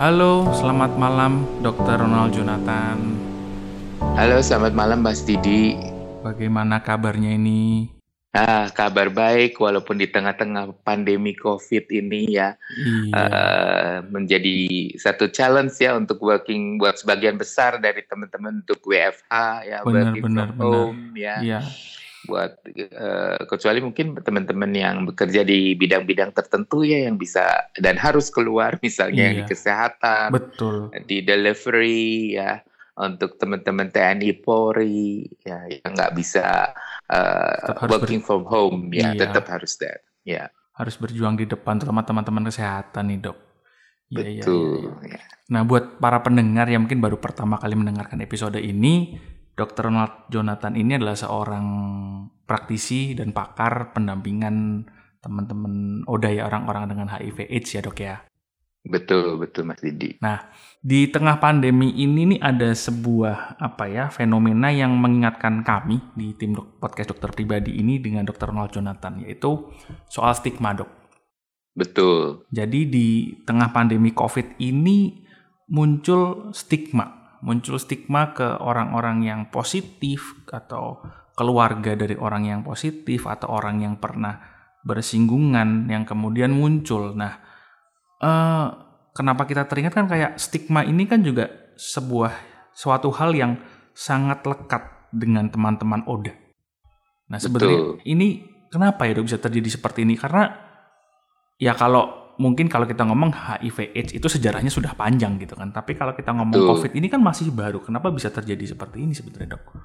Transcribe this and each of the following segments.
Halo, selamat malam Dr. Ronald Jonathan. Halo, selamat malam Mas Didi. Bagaimana kabarnya ini? Kabar baik walaupun di tengah-tengah pandemi COVID ini ya, Iya, menjadi satu challenge ya untuk buat sebagian besar dari teman-teman untuk WFH ya, benar working benar from benar. home ya, Iya, buat kecuali mungkin teman-teman yang bekerja di bidang-bidang tertentu ya yang bisa dan harus keluar, misalnya yang di iya, kesehatan, betul. di delivery ya, untuk teman-teman TNI Polri ya yang nggak bisa Tetap harus working from home ya, tetap iya, harus that ya. harus berjuang di depan terutama teman-teman kesehatan nih, Dok. Iya, iya, iya, iya. Betul ya. Nah, buat para pendengar yang mungkin baru pertama kali mendengarkan episode ini, Dr. Ronald Jonathan ini adalah seorang praktisi dan pakar pendampingan teman-teman ODA ya, orang-orang dengan HIV/AIDS ya, Dok ya. Betul Mas Didi. Nah, di tengah pandemi ini nih ada sebuah fenomena yang mengingatkan kami di tim podcast dokter pribadi ini dengan Dr. Ronald Jonathan, yaitu soal stigma, Dok. Betul. Jadi di tengah pandemi COVID ini muncul stigma ke orang-orang yang positif atau keluarga dari orang yang positif atau orang yang pernah bersinggungan yang kemudian muncul. Nah, kenapa kita teringat kan kayak stigma ini kan juga suatu hal yang sangat lekat dengan teman-teman ODA. Nah, sebenarnya Betul. ini kenapa ya Dok bisa terjadi seperti ini? Karena ya kalau kita ngomong HIV/AIDS itu sejarahnya sudah panjang gitu kan. Tapi kalau kita ngomong Betul. COVID ini kan masih baru. Kenapa bisa terjadi seperti ini sebenarnya, Dok?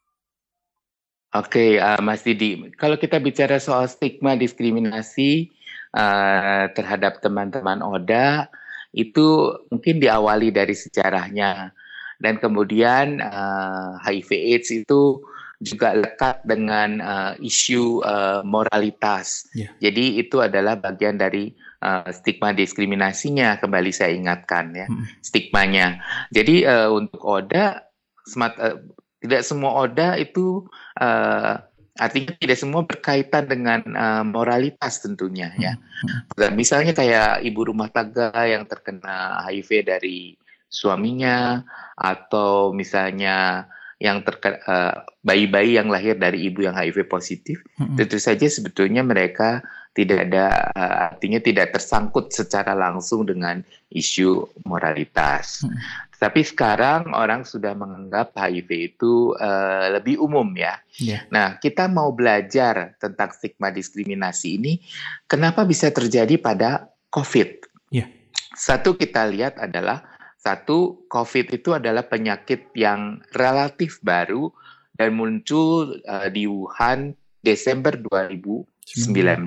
Oke, Mas Didi, kalau kita bicara soal stigma diskriminasi terhadap teman-teman ODA, itu mungkin diawali dari sejarahnya. Dan kemudian HIV/AIDS itu juga lekat dengan isu moralitas. Ya. Jadi itu adalah bagian dari stigma diskriminasinya, kembali saya ingatkan ya, stigmanya. Jadi untuk ODA, tidak semua ODA itu artinya tidak semua berkaitan dengan moralitas tentunya ya. Dan misalnya kayak ibu rumah tangga yang terkena HIV dari suaminya, atau misalnya yang bayi-bayi yang lahir dari ibu yang HIV positif, tentu saja sebetulnya mereka tidak ada artinya tidak tersangkut secara langsung dengan isu moralitas. Tapi sekarang orang sudah menganggap HIV itu lebih umum ya. Yeah. Nah, kita mau belajar tentang stigma diskriminasi ini, kenapa bisa terjadi pada COVID? Yeah. Satu kita lihat adalah, COVID itu adalah penyakit yang relatif baru dan muncul di Wuhan Desember 2019.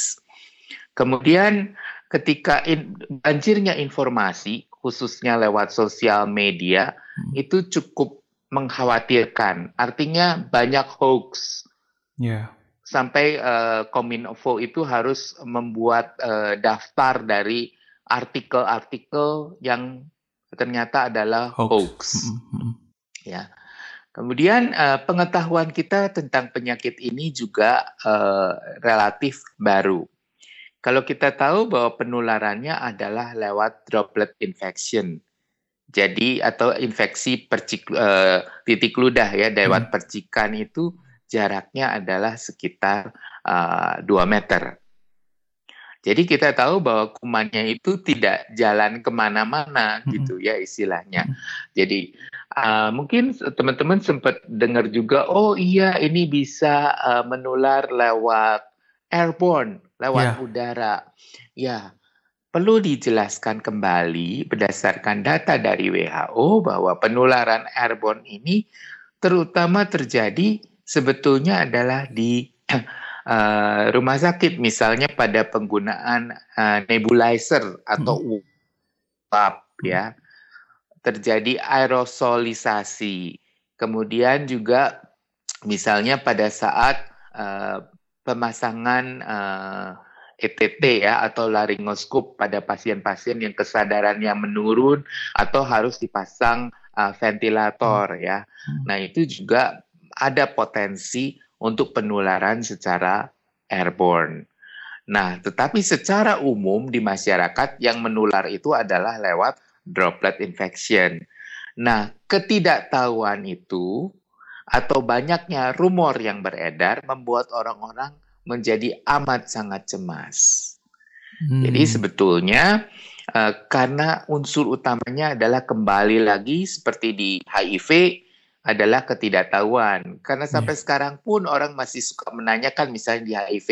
Kemudian ketika banjirnya informasi, khususnya lewat sosial media, itu cukup mengkhawatirkan. Artinya banyak hoax. Yeah. Sampai Kominfo itu harus membuat daftar dari artikel-artikel yang ternyata adalah hoax. Ya. Kemudian pengetahuan kita tentang penyakit ini juga relatif baru. Kalau kita tahu bahwa penularannya adalah lewat droplet infection. Jadi atau infeksi titik ludah ya, lewat percikan itu jaraknya adalah sekitar 2 meter. Jadi kita tahu bahwa kumannya itu tidak jalan kemana-mana gitu ya istilahnya. Jadi mungkin teman-teman sempat dengar juga, oh iya ini bisa menular lewat airborne, lewat udara. Ya, perlu dijelaskan kembali berdasarkan data dari WHO bahwa penularan airborne ini terutama terjadi sebetulnya adalah di rumah sakit, misalnya pada penggunaan nebulizer atau uap ya, terjadi aerosolisasi. Kemudian juga misalnya pada saat pemasangan ETT ya atau laringoskop pada pasien-pasien yang kesadarannya menurun atau harus dipasang ventilator ya. Nah, itu juga ada potensi untuk penularan secara airborne. Nah, tetapi secara umum di masyarakat yang menular itu adalah lewat droplet infection. Nah, ketidaktahuan itu atau banyaknya rumor yang beredar membuat orang-orang menjadi amat sangat cemas. Jadi sebetulnya karena unsur utamanya adalah kembali lagi seperti di HIV adalah ketidaktahuan. Karena sampai sekarang pun orang masih suka menanyakan misalnya di HIV,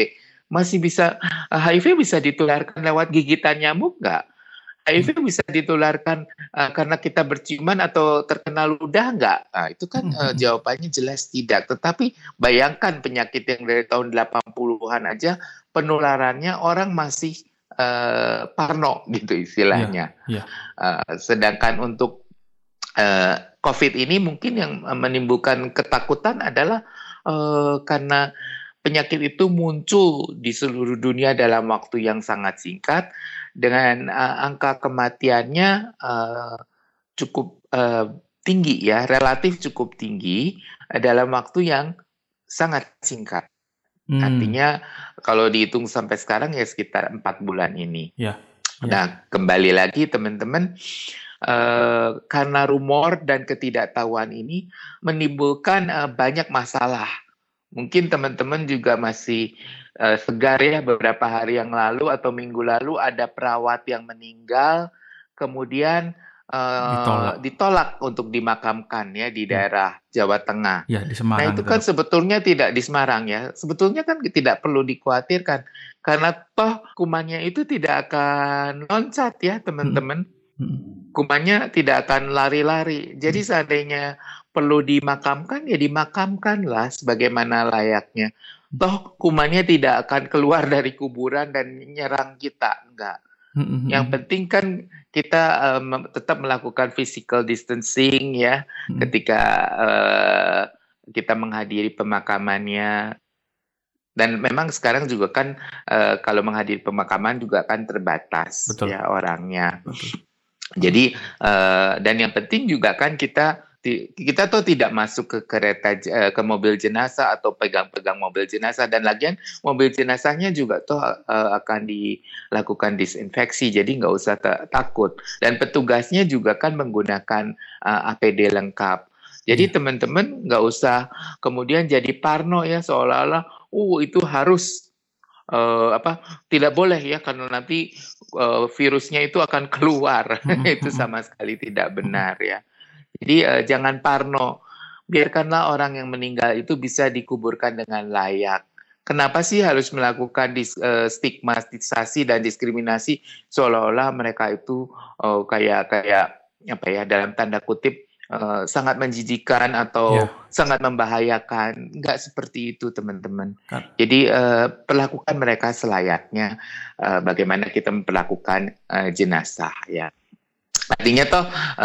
HIV bisa ditularkan lewat gigitan nyamuk nggak? HIV bisa ditularkan karena kita berciuman atau terkena ludah nggak? Nah, itu kan jawabannya jelas tidak. Tetapi bayangkan penyakit yang dari tahun 80-an aja penularannya orang masih parno gitu istilahnya. Sedangkan untuk COVID ini mungkin yang menimbulkan ketakutan adalah karena penyakit itu muncul di seluruh dunia dalam waktu yang sangat singkat dengan angka kematiannya cukup tinggi ya, relatif cukup tinggi dalam waktu yang sangat singkat. Artinya kalau dihitung sampai sekarang ya sekitar 4 bulan ini. Nah, kembali lagi teman-teman, karena rumor dan ketidaktahuan ini menimbulkan banyak masalah. Mungkin teman-teman juga masih segar ya, beberapa hari yang lalu atau minggu lalu ada perawat yang meninggal, kemudian ditolak untuk dimakamkan ya di daerah Jawa Tengah. Di Semarang. Nah itu kan sebetulnya tidak di Semarang ya, sebetulnya kan tidak perlu dikhawatirkan karena toh kumannya itu tidak akan loncat ya teman-teman. Kumannya tidak akan lari-lari. Jadi seandainya perlu dimakamkan, ya dimakamkanlah sebagaimana layaknya. Toh kumannya tidak akan keluar dari kuburan dan menyerang kita, enggak. Yang penting kan kita tetap melakukan physical distancing ya, ketika kita menghadiri pemakamannya. Dan memang sekarang juga kan kalau menghadiri pemakaman juga kan terbatas ya orangnya. Jadi dan yang penting juga kan kita tuh tidak masuk ke kereta ke mobil jenazah atau pegang-pegang mobil jenazah, dan lagian mobil jenazahnya juga tuh akan dilakukan disinfeksi, jadi nggak usah takut, dan petugasnya juga kan menggunakan APD lengkap. Jadi teman-teman nggak usah kemudian jadi parno ya, seolah-olah itu harus tidak boleh ya karena nanti virusnya itu akan keluar. Itu sama sekali tidak benar ya. Jadi jangan parno. Biarkanlah orang yang meninggal itu bisa dikuburkan dengan layak. Kenapa sih harus melakukan stigmatisasi dan diskriminasi seolah-olah mereka itu kayak apa ya, dalam tanda kutip sangat menjijikan atau sangat membahayakan. Enggak seperti itu teman-teman. Jadi perlakukan mereka selayaknya bagaimana kita memperlakukan jenazah ya. Artinya toh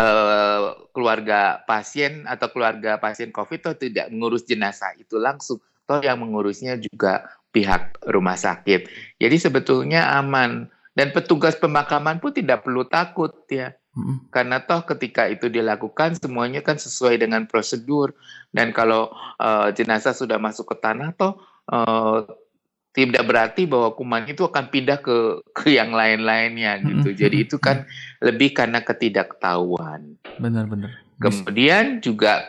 keluarga pasien atau keluarga pasien COVID toh tidak mengurus jenazah itu langsung, toh yang mengurusnya juga pihak rumah sakit. Jadi sebetulnya aman, dan petugas pemakaman pun tidak perlu takut ya. Karena toh ketika itu dilakukan semuanya kan sesuai dengan prosedur, dan kalau jenazah sudah masuk ke tanah toh tidak berarti bahwa kuman itu akan pindah ke yang lain-lainnya gitu. Jadi itu kan lebih karena ketidaktahuan. Benar-benar. Kemudian juga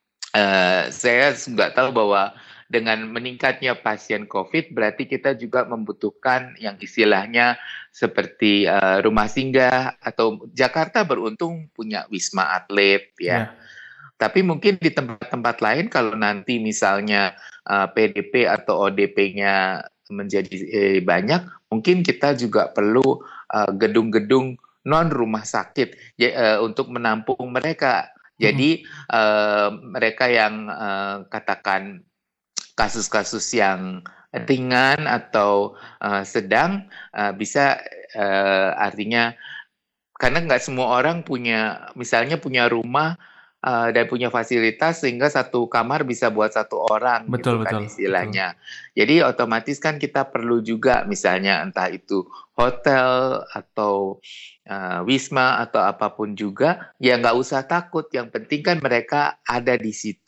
saya juga tahu bahwa dengan meningkatnya pasien COVID berarti kita juga membutuhkan yang istilahnya seperti rumah singgah, atau Jakarta beruntung punya Wisma Atlet ya. Tapi mungkin di tempat-tempat lain kalau nanti misalnya PDP atau ODP-nya menjadi banyak, mungkin kita juga perlu gedung-gedung non rumah sakit untuk menampung mereka. Jadi mereka yang katakan kasus-kasus yang ringan atau sedang bisa artinya karena nggak semua orang punya rumah dan punya fasilitas sehingga satu kamar bisa buat satu orang, betul, gitu kan istilahnya. Jadi otomatis kan kita perlu juga misalnya entah itu hotel atau wisma atau apapun juga, ya nggak usah takut. Yang penting kan mereka ada di situ.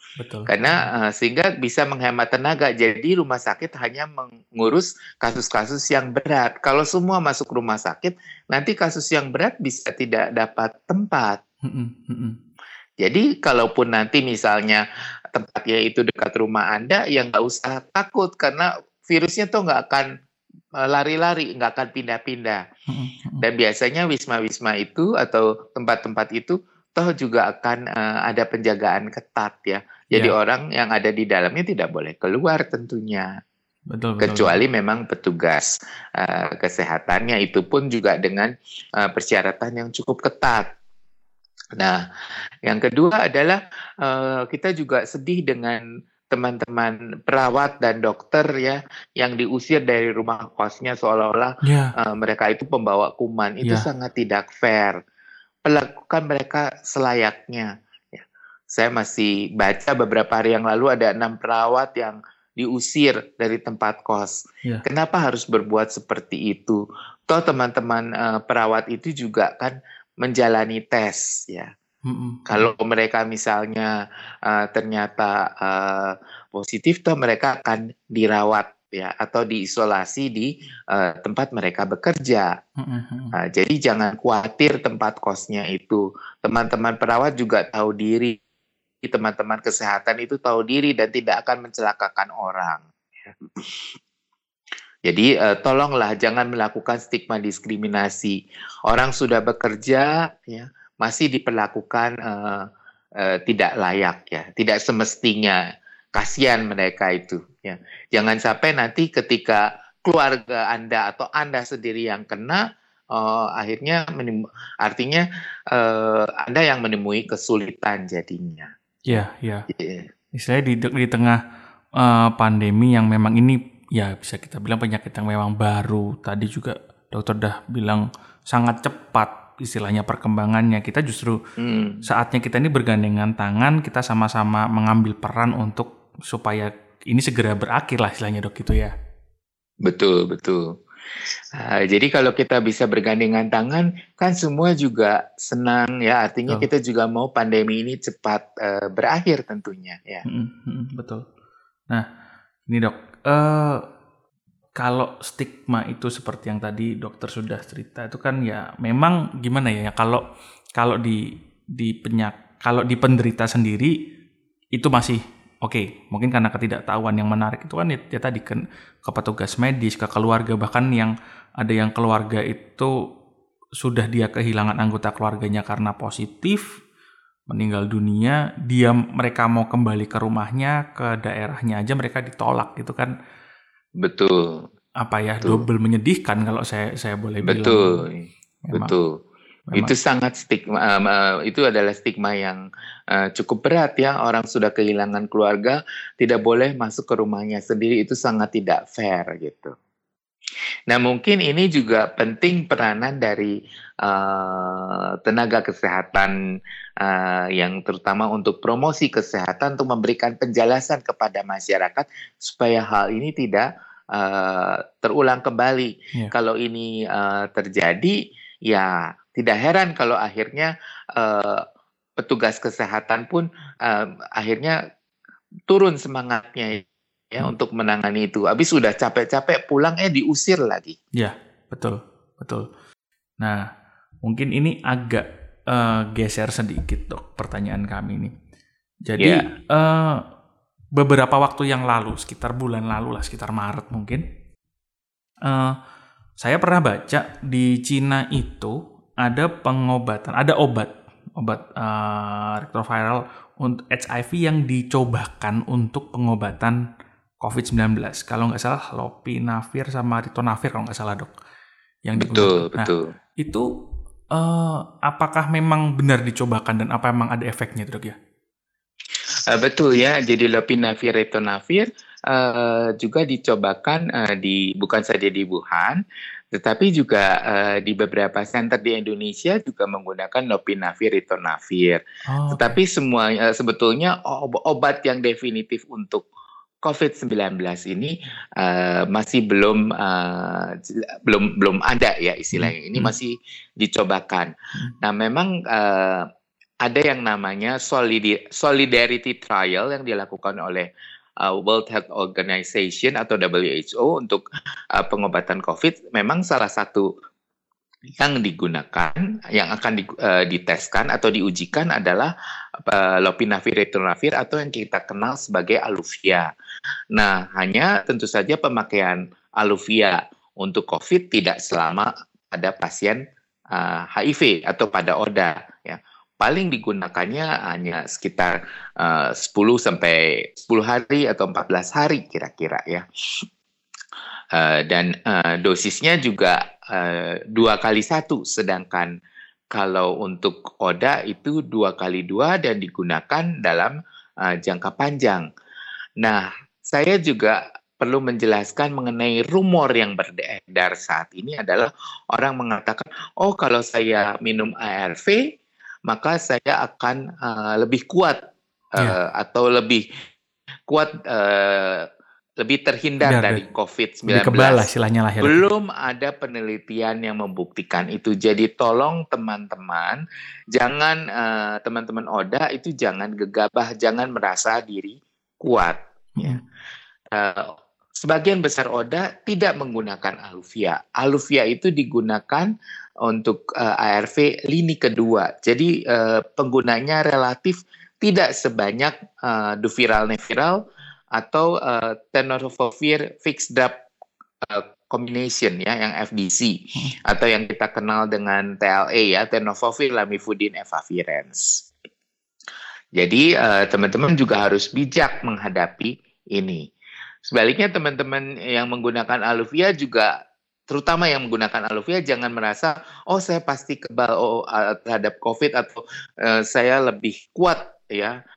Betul. Karena sehingga bisa menghemat tenaga. Jadi rumah sakit hanya mengurus kasus-kasus yang berat. Kalau semua masuk rumah sakit, nanti kasus yang berat bisa tidak dapat tempat. Jadi kalaupun nanti misalnya tempatnya itu dekat rumah Anda, ya nggak usah takut karena virusnya tuh nggak akan lari-lari, nggak akan pindah-pindah. Dan biasanya wisma-wisma itu atau tempat-tempat itu toh juga akan ada penjagaan ketat ya. Jadi orang yang ada di dalamnya tidak boleh keluar tentunya. Betul. Kecuali memang petugas kesehatannya, itu pun juga dengan persyaratan yang cukup ketat. Nah, yang kedua adalah kita juga sedih dengan teman-teman perawat dan dokter ya yang diusir dari rumah kosnya seolah-olah mereka itu pembawa kuman. Itu sangat tidak fair. Perlakukan mereka selayaknya. Ya. Saya masih baca beberapa hari yang lalu ada 6 perawat yang diusir dari tempat kos. Kenapa harus berbuat seperti itu? Toh teman-teman perawat itu juga kan menjalani tes ya. Kalau mereka misalnya ternyata positif, toh mereka akan dirawat ya atau diisolasi di tempat mereka bekerja. Jadi jangan khawatir tempat kosnya itu. Teman-teman perawat juga tahu diri, teman-teman kesehatan itu tahu diri dan tidak akan mencelakakan orang. Jadi tolonglah jangan melakukan stigma diskriminasi. Orang sudah bekerja ya masih diperlakukan tidak layak ya, tidak semestinya. Kasihan mereka itu ya. Jangan sampai nanti ketika keluarga Anda atau Anda sendiri yang kena akhirnya artinya Anda yang menemui kesulitan jadinya. Iya. Istilahnya di tengah pandemi yang memang ini ya bisa kita bilang penyakit yang memang baru. Tadi juga dokter dah bilang sangat cepat istilahnya perkembangannya. Kita justru saatnya kita ini bergandengan tangan, kita sama-sama mengambil peran untuk supaya ini segera berakhir lah istilahnya dok gitu ya. Betul. Jadi kalau kita bisa bergandengan tangan, kan semua juga senang ya. Artinya kita juga mau pandemi ini cepat berakhir tentunya ya. Betul. Nah, ini dok, kalau stigma itu seperti yang tadi dokter sudah cerita itu kan ya memang gimana ya kalau di penderita sendiri itu masih oke. Mungkin karena ketidaktahuan. Yang menarik itu kan ya tadi ke petugas medis, ke keluarga, bahkan yang ada yang keluarga itu sudah dia kehilangan anggota keluarganya karena positif, meninggal dunia, mereka mau kembali ke rumahnya, ke daerahnya aja mereka ditolak gitu kan. Betul. Double menyedihkan kalau saya boleh bilang. Betul. Itu sangat stigma, itu adalah stigma yang cukup berat ya. Orang sudah kehilangan keluarga, tidak boleh masuk ke rumahnya sendiri, itu sangat tidak fair gitu. Nah mungkin ini juga penting peranan dari tenaga kesehatan yang terutama untuk promosi kesehatan, untuk memberikan penjelasan kepada masyarakat supaya hal ini tidak terulang kembali. Kalau ini terjadi, ya tidak heran kalau akhirnya petugas kesehatan pun akhirnya turun semangatnya ya untuk menangani itu. Habis sudah capek-capek pulang diusir lagi. Ya, betul. Nah, mungkin ini agak geser sedikit dok pertanyaan kami ini. Jadi beberapa waktu yang lalu, sekitar bulan lalu lah, sekitar Maret mungkin, saya pernah baca di Cina itu ada pengobatan, ada obat retroviral untuk HIV yang dicobakan untuk pengobatan COVID-19. Kalau nggak salah lopinavir sama ritonavir kalau nggak salah dok. Yang betul. Nah, itu apakah memang benar dicobakan dan apa memang ada efeknya dok ya? Betul ya, jadi lopinavir, ritonavir juga dicobakan bukan saja di Wuhan, tetapi juga di beberapa center di Indonesia juga menggunakan lopinavir, ritonavir. Tetapi semua sebetulnya obat yang definitif untuk COVID-19 ini masih belum ada ya istilahnya. Ini masih dicobakan. Nah memang ada yang namanya solidarity trial yang dilakukan oleh World Health Organization atau WHO untuk pengobatan COVID. Memang salah satu yang digunakan, yang akan diteskan atau diujikan adalah lopinavir ritonavir atau yang kita kenal sebagai Aluvia. Nah, hanya tentu saja pemakaian Aluvia untuk COVID tidak selama pada pasien HIV atau pada ODA. Ya. Paling digunakannya hanya sekitar 10 sampai 10 hari atau 14 hari kira-kira ya. Dan dosisnya juga 2x1, sedangkan kalau untuk ODA itu 2x2 dan digunakan dalam jangka panjang. Nah, saya juga perlu menjelaskan mengenai rumor yang beredar saat ini adalah orang mengatakan, oh kalau saya minum ARV, maka saya akan lebih kuat atau lebih kuat lebih terhindar dari COVID-19. Lebih kebal lah istilahnya lah ya. Belum ada penelitian yang membuktikan itu. Jadi tolong teman-teman, jangan teman-teman ODA itu jangan gegabah, jangan merasa diri kuat. Ya. Sebagian besar ODA tidak menggunakan Aluvia. Aluvia itu digunakan untuk ARV lini kedua. Jadi penggunanya relatif tidak sebanyak Duviral-Neviral atau tenofovir fixed drug combination ya, yang FDC atau yang kita kenal dengan TLA ya, tenofovir lamivudine efavirenz. Jadi teman-teman juga harus bijak menghadapi ini. Sebaliknya teman-teman yang menggunakan Aluvia juga, terutama yang menggunakan Aluvia, jangan merasa oh saya pasti kebal terhadap COVID atau saya lebih kuat ya.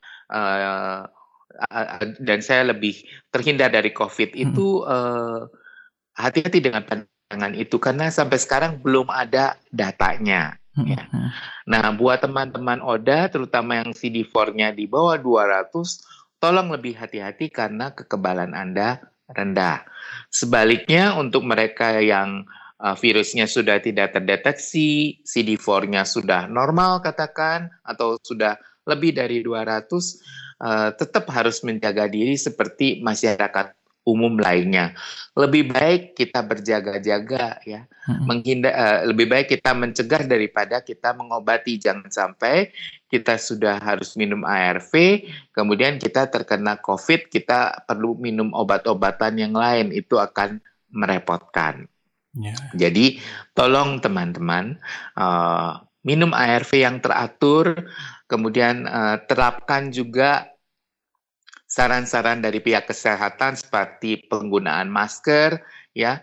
Dan saya lebih terhindar dari COVID. Itu hati-hati dengan pandangan itu karena sampai sekarang belum ada datanya. Ya. Nah, buat teman-teman ODA, terutama yang CD4-nya di bawah 200, tolong lebih hati-hati karena kekebalan Anda rendah. Sebaliknya untuk mereka yang virusnya sudah tidak terdeteksi, CD4-nya sudah normal katakan, atau sudah lebih dari 200, tetap harus menjaga diri seperti masyarakat umum lainnya. Lebih baik kita berjaga-jaga ya, lebih baik kita mencegah daripada kita mengobati. Jangan sampai kita sudah harus minum ARV, kemudian kita terkena COVID, kita perlu minum obat-obatan yang lain, itu akan merepotkan. Jadi tolong teman-teman minum ARV yang teratur, kemudian terapkan juga saran-saran dari pihak kesehatan seperti penggunaan masker ya.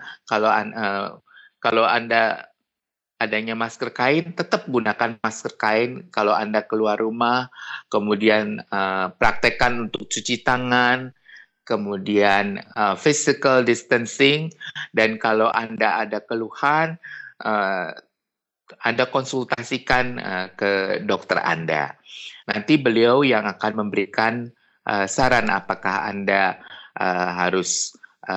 Kalau Anda adanya masker kain, tetap gunakan masker kain kalau Anda keluar rumah. Kemudian praktekkan untuk cuci tangan, kemudian physical distancing, dan kalau Anda ada keluhan, Anda konsultasikan ke dokter Anda. Nanti beliau yang akan memberikan saran apakah Anda harus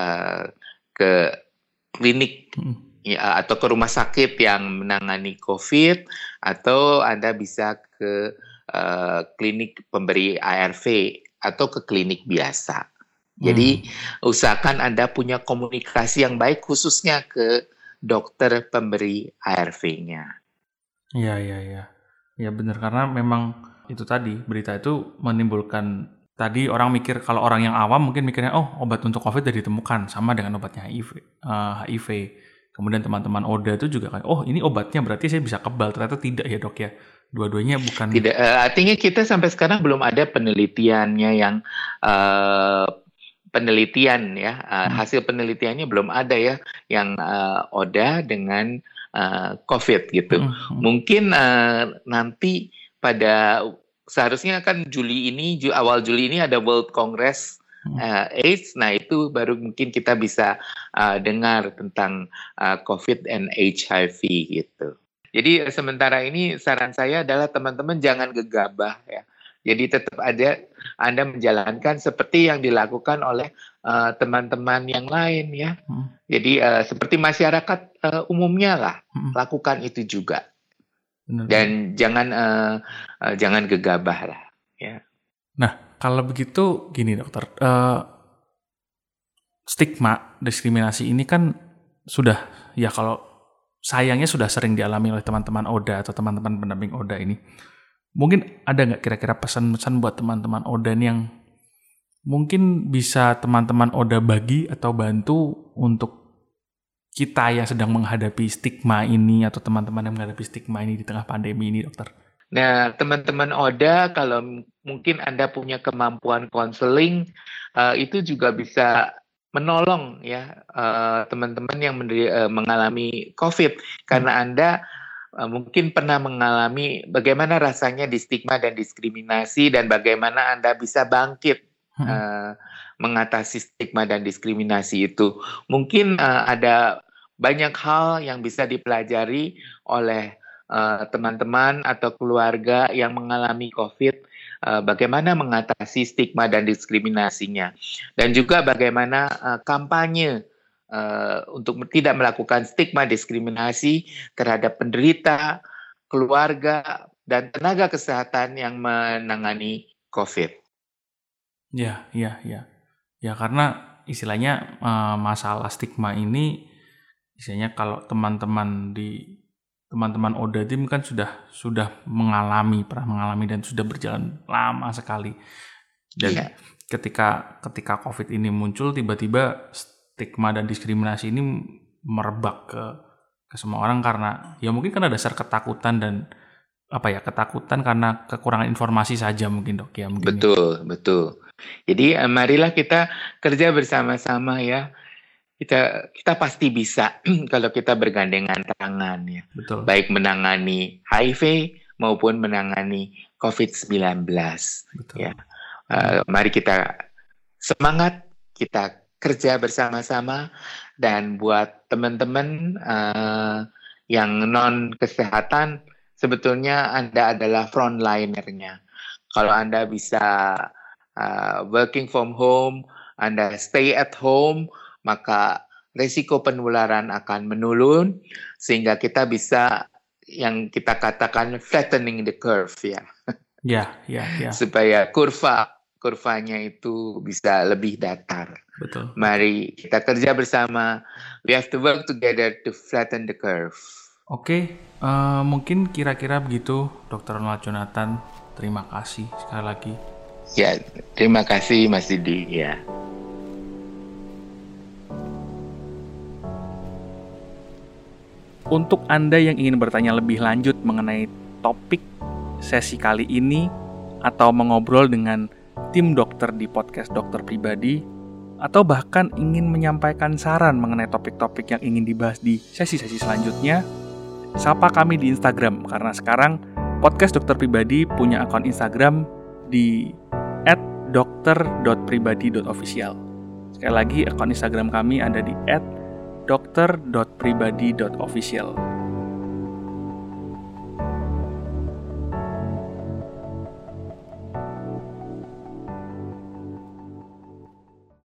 ke klinik ya, atau ke rumah sakit yang menangani COVID, atau Anda bisa ke klinik pemberi ARV atau ke klinik biasa. Jadi usahakan Anda punya komunikasi yang baik khususnya ke dokter pemberi ARV-nya. Iya. Ya benar, karena memang itu tadi, berita itu menimbulkan, tadi orang mikir, kalau orang yang awam mungkin mikirnya, oh obat untuk COVID sudah ditemukan, sama dengan obatnya HIV. Kemudian teman-teman ODA itu juga kan, oh ini obatnya berarti saya bisa kebal. Ternyata tidak ya dok ya, dua-duanya bukan. Tidak, artinya kita sampai sekarang belum ada penelitiannya yang penelitian ya, hasil penelitiannya belum ada ya yang ODA dengan COVID gitu. Mungkin nanti pada seharusnya kan awal Juli ini ada World Congress AIDS. Nah itu baru mungkin kita bisa dengar tentang COVID and HIV gitu. Jadi sementara ini saran saya adalah teman-teman jangan gegabah ya. Jadi tetap ada Anda menjalankan seperti yang dilakukan oleh teman-teman yang lain ya. Jadi seperti masyarakat umumnya lah, lakukan itu juga. Dan jangan gegabah lah, ya. Nah, kalau begitu gini dokter, stigma diskriminasi ini kan sudah, ya kalau sayangnya sudah sering dialami oleh teman-teman Oda atau teman-teman pendamping Oda ini. Mungkin ada nggak kira-kira pesan-pesan buat teman-teman Oda yang mungkin bisa teman-teman Oda bagi atau bantu untuk kita yang sedang menghadapi stigma ini atau teman-teman yang menghadapi stigma ini di tengah pandemi ini, dokter? Nah, teman-teman Oda, kalau mungkin Anda punya kemampuan konseling, itu juga bisa menolong ya teman-teman yang mengalami COVID, karena Anda mungkin pernah mengalami bagaimana rasanya di stigma dan diskriminasi dan bagaimana Anda bisa bangkit mengatasi stigma dan diskriminasi itu. Mungkin ada banyak hal yang bisa dipelajari oleh teman-teman atau keluarga yang mengalami COVID, bagaimana mengatasi stigma dan diskriminasinya, dan juga bagaimana kampanye untuk tidak melakukan stigma diskriminasi terhadap penderita, keluarga, dan tenaga kesehatan yang menangani COVID. Ya, karena istilahnya masalah stigma ini, istilahnya kalau teman-teman Oda Tim kan sudah pernah mengalami dan sudah berjalan lama sekali. Dan ketika COVID ini muncul, tiba-tiba stigma dan diskriminasi ini merebak ke semua orang karena ya mungkin karena dasar ketakutan dan ketakutan karena kekurangan informasi saja mungkin, Dok, ya mungkin. Betul. Jadi marilah kita kerja bersama-sama ya. Kita pasti bisa kalau kita bergandengan tangan ya. Betul. Baik menangani HIV maupun menangani COVID-19. Betul. Ya. Mari kita semangat, kita kerja bersama-sama, dan buat teman-teman yang non kesehatan, sebetulnya Anda adalah frontliner-nya. Kalau Anda bisa working from home, Anda stay at home, maka risiko penularan akan menurun, sehingga kita bisa yang kita katakan flattening the curve ya. Ya. Supaya kurvanya itu bisa lebih datar. Betul. Mari kita kerja bersama. We have to work together to flatten the curve. Oke, mungkin kira-kira begitu, Dr. Ronald Jonathan. Terima kasih sekali lagi. Ya, terima kasih Mas Didi ya. Untuk Anda yang ingin bertanya lebih lanjut mengenai topik sesi kali ini atau mengobrol dengan tim dokter di podcast Dokter Pribadi, atau bahkan ingin menyampaikan saran mengenai topik-topik yang ingin dibahas di sesi-sesi selanjutnya, sapa kami di Instagram, karena sekarang podcast Dokter Pribadi punya akun Instagram di @dokter.pribadi.official. Sekali lagi, akun Instagram kami ada di @dokter.pribadi.official.